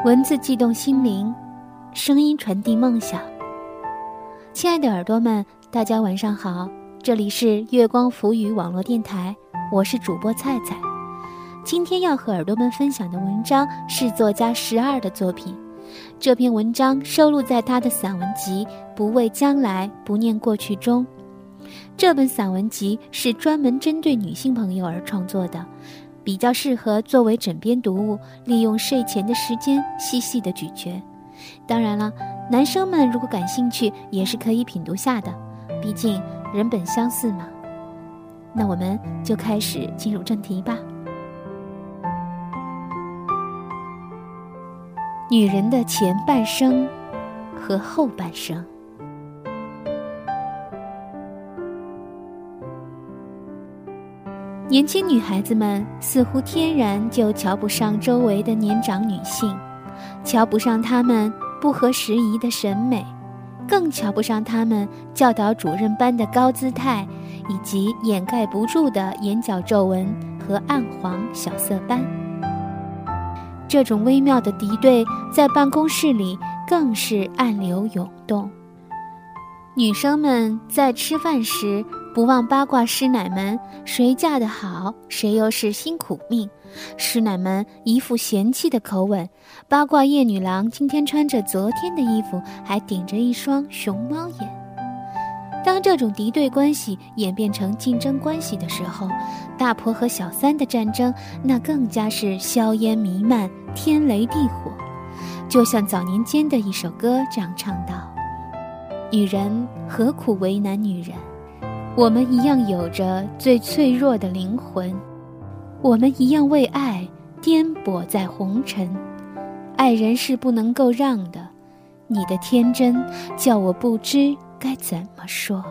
文字悸动心灵，声音传递梦想。亲爱的耳朵们，大家晚上好，这里是月光浮语网络电台，我是主播菜菜。今天要和耳朵们分享的文章是作家12的作品，这篇文章收录在他的散文集《不畏将来，不念过去》中。这本散文集是专门针对女性朋友而创作的，比较适合作为枕边读物，利用睡前的时间细细的咀嚼。当然了，男生们如果感兴趣也是可以品读下的，毕竟人本相似嘛。那我们就开始进入正题吧。女人的前半生和后半生。年轻女孩子们似乎天然就瞧不上周围的年长女性，瞧不上她们不合时宜的审美，更瞧不上她们教导主任般的高姿态，以及掩盖不住的眼角皱纹和暗黄小色斑。这种微妙的敌对在办公室里更是暗流涌动。女生们在吃饭时不忘八卦师奶们谁嫁得好，谁又是辛苦命。师奶们一副嫌弃的口吻，八卦叶女郎今天穿着昨天的衣服，还顶着一双熊猫眼。当这种敌对关系演变成竞争关系的时候，大婆和小三的战争那更加是硝烟弥漫，天雷地火。就像早年间的一首歌这样唱道：女人何苦为难女人，我们一样有着最脆弱的灵魂，我们一样为爱颠簸在红尘，爱人是不能够让的，你的天真叫我不知该怎么说。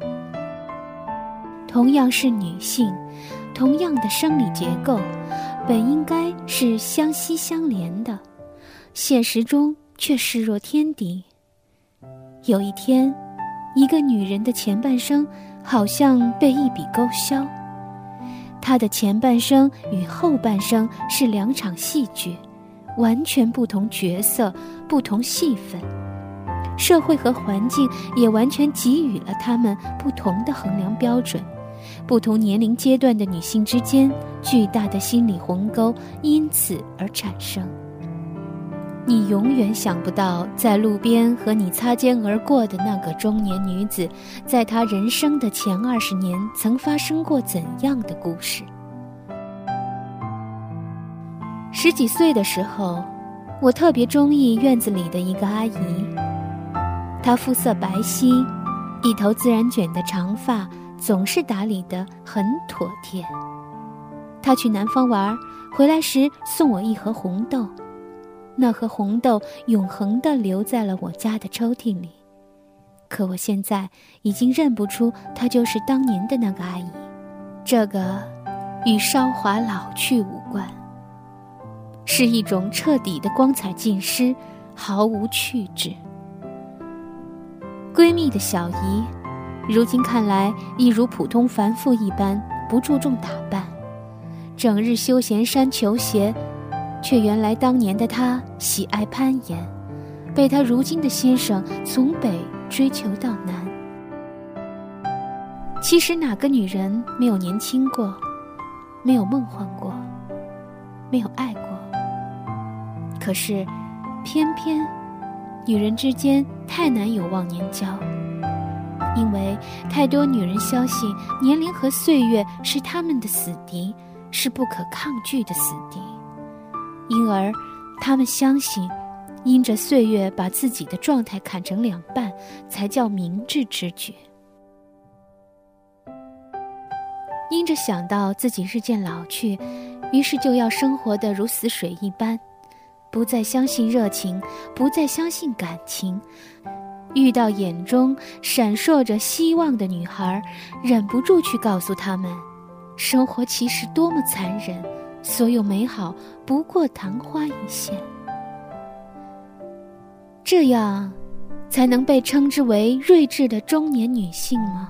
同样是女性，同样的生理结构，本应该是相吸相连的，现实中却势若天敌。有一天，一个女人的前半生好像被一笔勾销，她的前半生与后半生是两场戏剧，完全不同角色，不同戏份。社会和环境也完全给予了她们不同的衡量标准，不同年龄阶段的女性之间巨大的心理鸿沟因此而产生。你永远想不到，在路边和你擦肩而过的那个中年女子，在她人生的前20年曾发生过怎样的故事。10几岁的时候，我特别中意院子里的一个阿姨。她肤色白皙，一头自然卷的长发总是打理得很妥帖。她去南方玩，回来时送我一盒红豆，那盒红豆永恒地留在了我家的抽屉里。可我现在已经认不出她就是当年的那个阿姨，这个与韶华老去无关，是一种彻底的光彩尽失，毫无趣致。闺蜜的小姨，如今看来亦如普通凡妇一般，不注重打扮，整日休闲衫球鞋，却原来当年的她喜爱攀岩，被她如今的先生从北追求到南。其实哪个女人没有年轻过，没有梦幻过，没有爱过？可是偏偏女人之间太难有忘年交，因为太多女人相信年龄和岁月是她们的死敌，是不可抗拒的死敌，因而她们相信因着岁月把自己的状态砍成2半才叫明智之举。因着想到自己日渐老去，于是就要生活得如死水一般，不再相信热情，不再相信感情。遇到眼中闪烁着希望的女孩，忍不住去告诉她们，生活其实多么残忍，所有美好不过昙花一现。这样才能被称之为睿智的中年女性吗？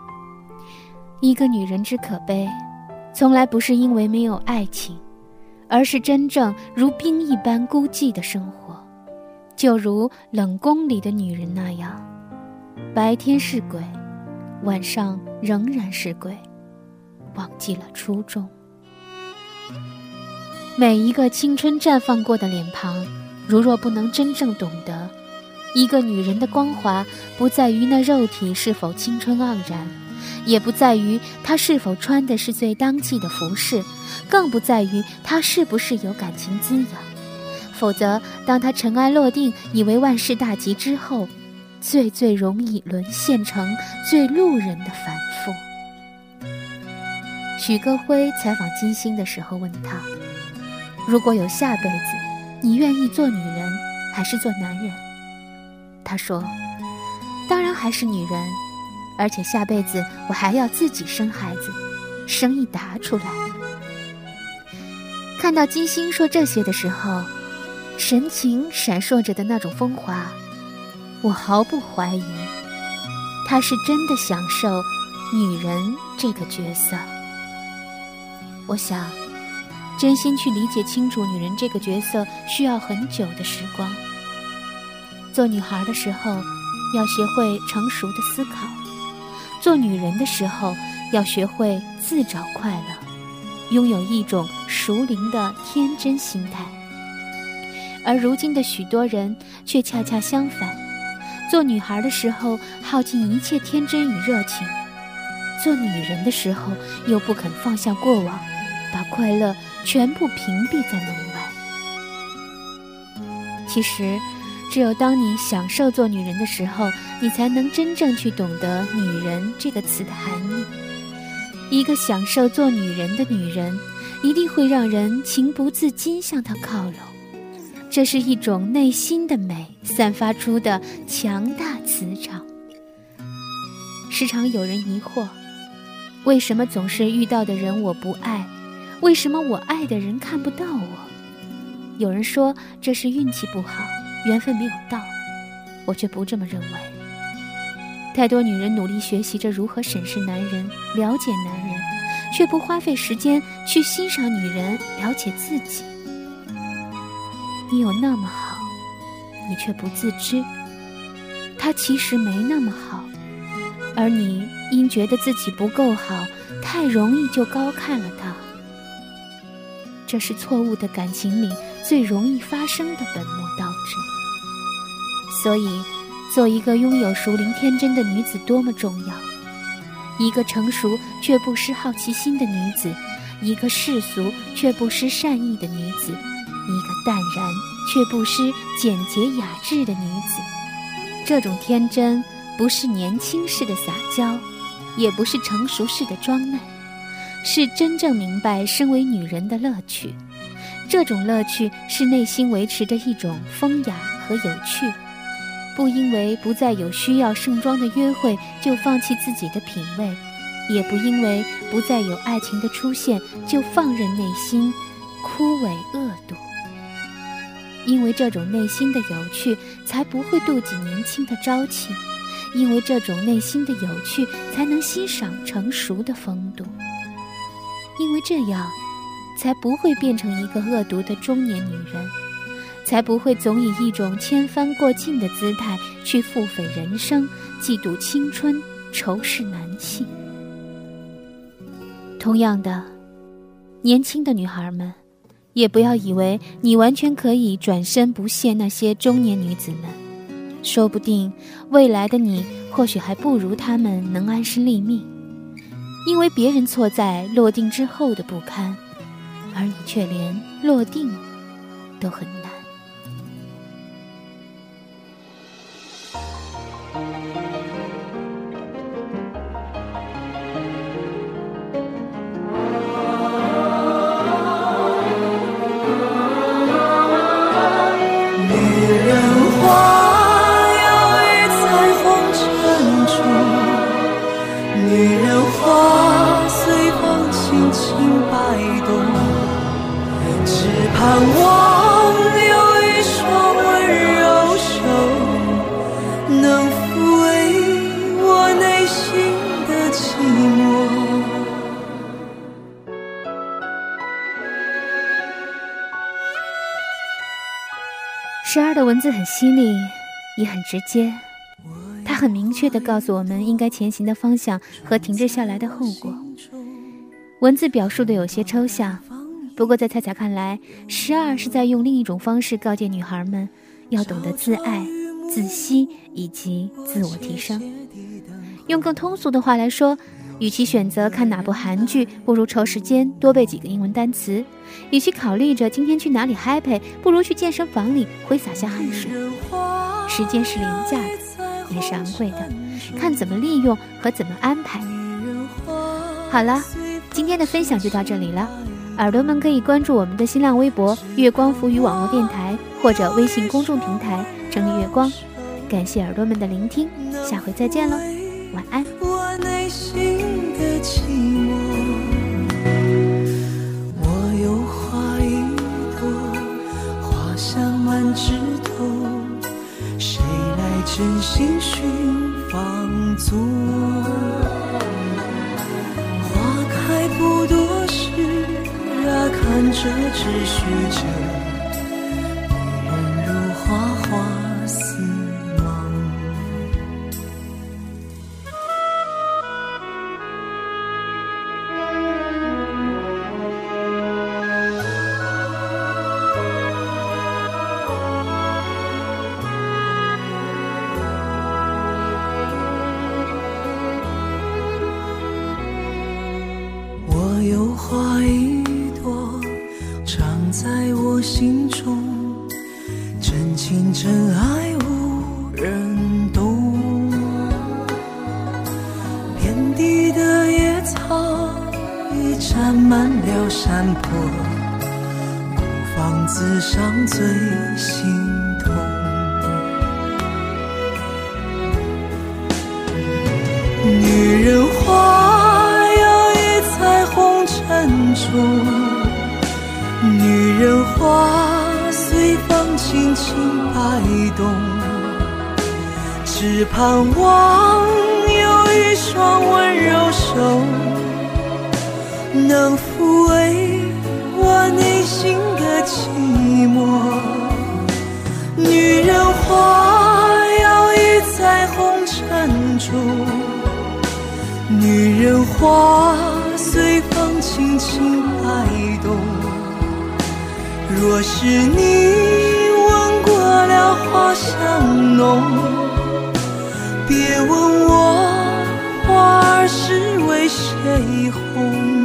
一个女人之可悲，从来不是因为没有爱情， 而是真正如冰一般孤寂的生活，就如冷宫里的女人那样，白天是鬼，晚上仍然是鬼，忘记了初衷。每一个青春绽放过的脸庞，如若不能真正懂得，一个女人的光华不在于那肉体是否青春盎然，也不在于她是否穿的是最当季的服饰，更不在于她是不是有感情滋养。否则，当她尘埃落定，以为万事大吉之后，最容易沦陷成最路人的凡夫。许戈辉采访金星的时候问他，如果有下辈子，你愿意做女人还是做男人？他说，当然还是女人，而且下辈子我还要自己生孩子，生一打出来。看到金星说这些的时候，神情闪烁着的那种风华，我毫不怀疑，他是真的享受女人这个角色。我想，真心去理解清楚女人这个角色需要很久的时光。做女孩的时候，要学会成熟的思考；做女人的时候，要学会自找快乐，拥有一种熟龄的天真心态。而如今的许多人却恰恰相反，做女孩的时候耗尽一切天真与热情，做女人的时候又不肯放下过往，把快乐全部屏蔽在门外。其实只有当你享受做女人的时候，你才能真正去懂得女人这个词的含义。一个享受做女人的女人，一定会让人情不自禁向她靠拢，这是一种内心的美散发出的强大磁场。时常有人疑惑，为什么总是遇到的人我不爱，为什么我爱的人看不到我？有人说这是运气不好，缘分没有到，我却不这么认为。太多女人努力学习着如何审视男人，了解男人，却不花费时间去欣赏女人，了解自己。你有那么好，你却不自知，他其实没那么好，而你因觉得自己不够好，太容易就高看了他。这是错误的感情里最容易发生的本末倒置。所以做一个拥有熟龄天真的女子多么重要，一个成熟却不失好奇心的女子，一个世俗却不失善意的女子，一个淡然却不失简洁雅致的女子。这种天真不是年轻式的撒娇，也不是成熟式的装嫩，是真正明白身为女人的乐趣。这种乐趣是内心维持的一种风雅和有趣，不因为不再有需要盛装的约会就放弃自己的品味，也不因为不再有爱情的出现就放任内心枯萎恶毒。因为这种内心的有趣，才不会妒忌年轻的朝气；因为这种内心的有趣，才能欣赏成熟的风度；因为这样，才不会变成一个恶毒的中年女人，才不会总以一种千帆过尽的姿态去腹诽人生，嫉妒青春，仇视男性。同样的，年轻的女孩们，也不要以为你完全可以转身不屑那些中年女子们，说不定未来的你或许还不如她们能安身立命，因为别人错在落定之后的不堪，而你却连落定都很难。 盼望 12的文字很犀利，也很直接，它很明确地告诉我们应该前行的方向和停滞下来的后果。文字表述的有些抽象，不过在菜菜看来，12是在用另一种方式告诫女孩们要懂得自爱、自惜以及自我提升。用更通俗的话来说，与其选择看哪部韩剧，不如抽时间多背几个英文单词；与其考虑着今天去哪里 happy， 不如去健身房里挥洒下汗水。时间是廉价的，也是昂贵的，看怎么利用和怎么安排。好了，今天的分享就到这里了。耳朵们可以关注我们的新浪微博月光浮语网络电台，或者微信公众平台城里月光。感谢耳朵们的聆听，下回再见喽，晚安。 我内心的寂寞，我有花一朵，花香满枝头，谁来真心寻芳踪？花开不多时啊，看着只虚着，一人如花，花似梦。我有花一朵，长在我心中，真情真爱无人懂。遍地的野草已占满了山坡，孤芳自赏最心痛。女人花沉重，女人花随风轻轻摆动，只盼望有一双温柔手，能抚慰我内心的寂寞。女人花摇曳在红尘中，女人花随风轻轻摆动。若是你闻过了花香浓，别问我花儿是为谁红。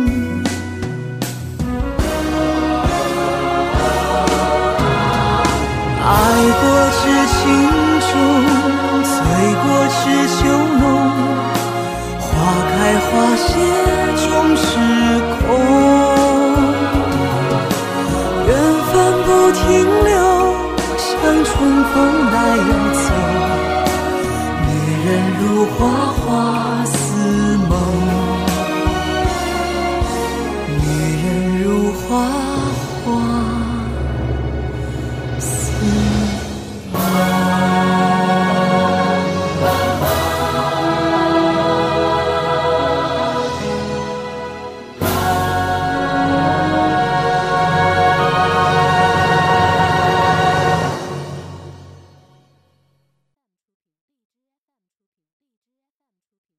爱过知情重，醉过知秋浓，花开花谢终是空。缘分不停留，像春风来又走，女人如花，花似梦，女人如花。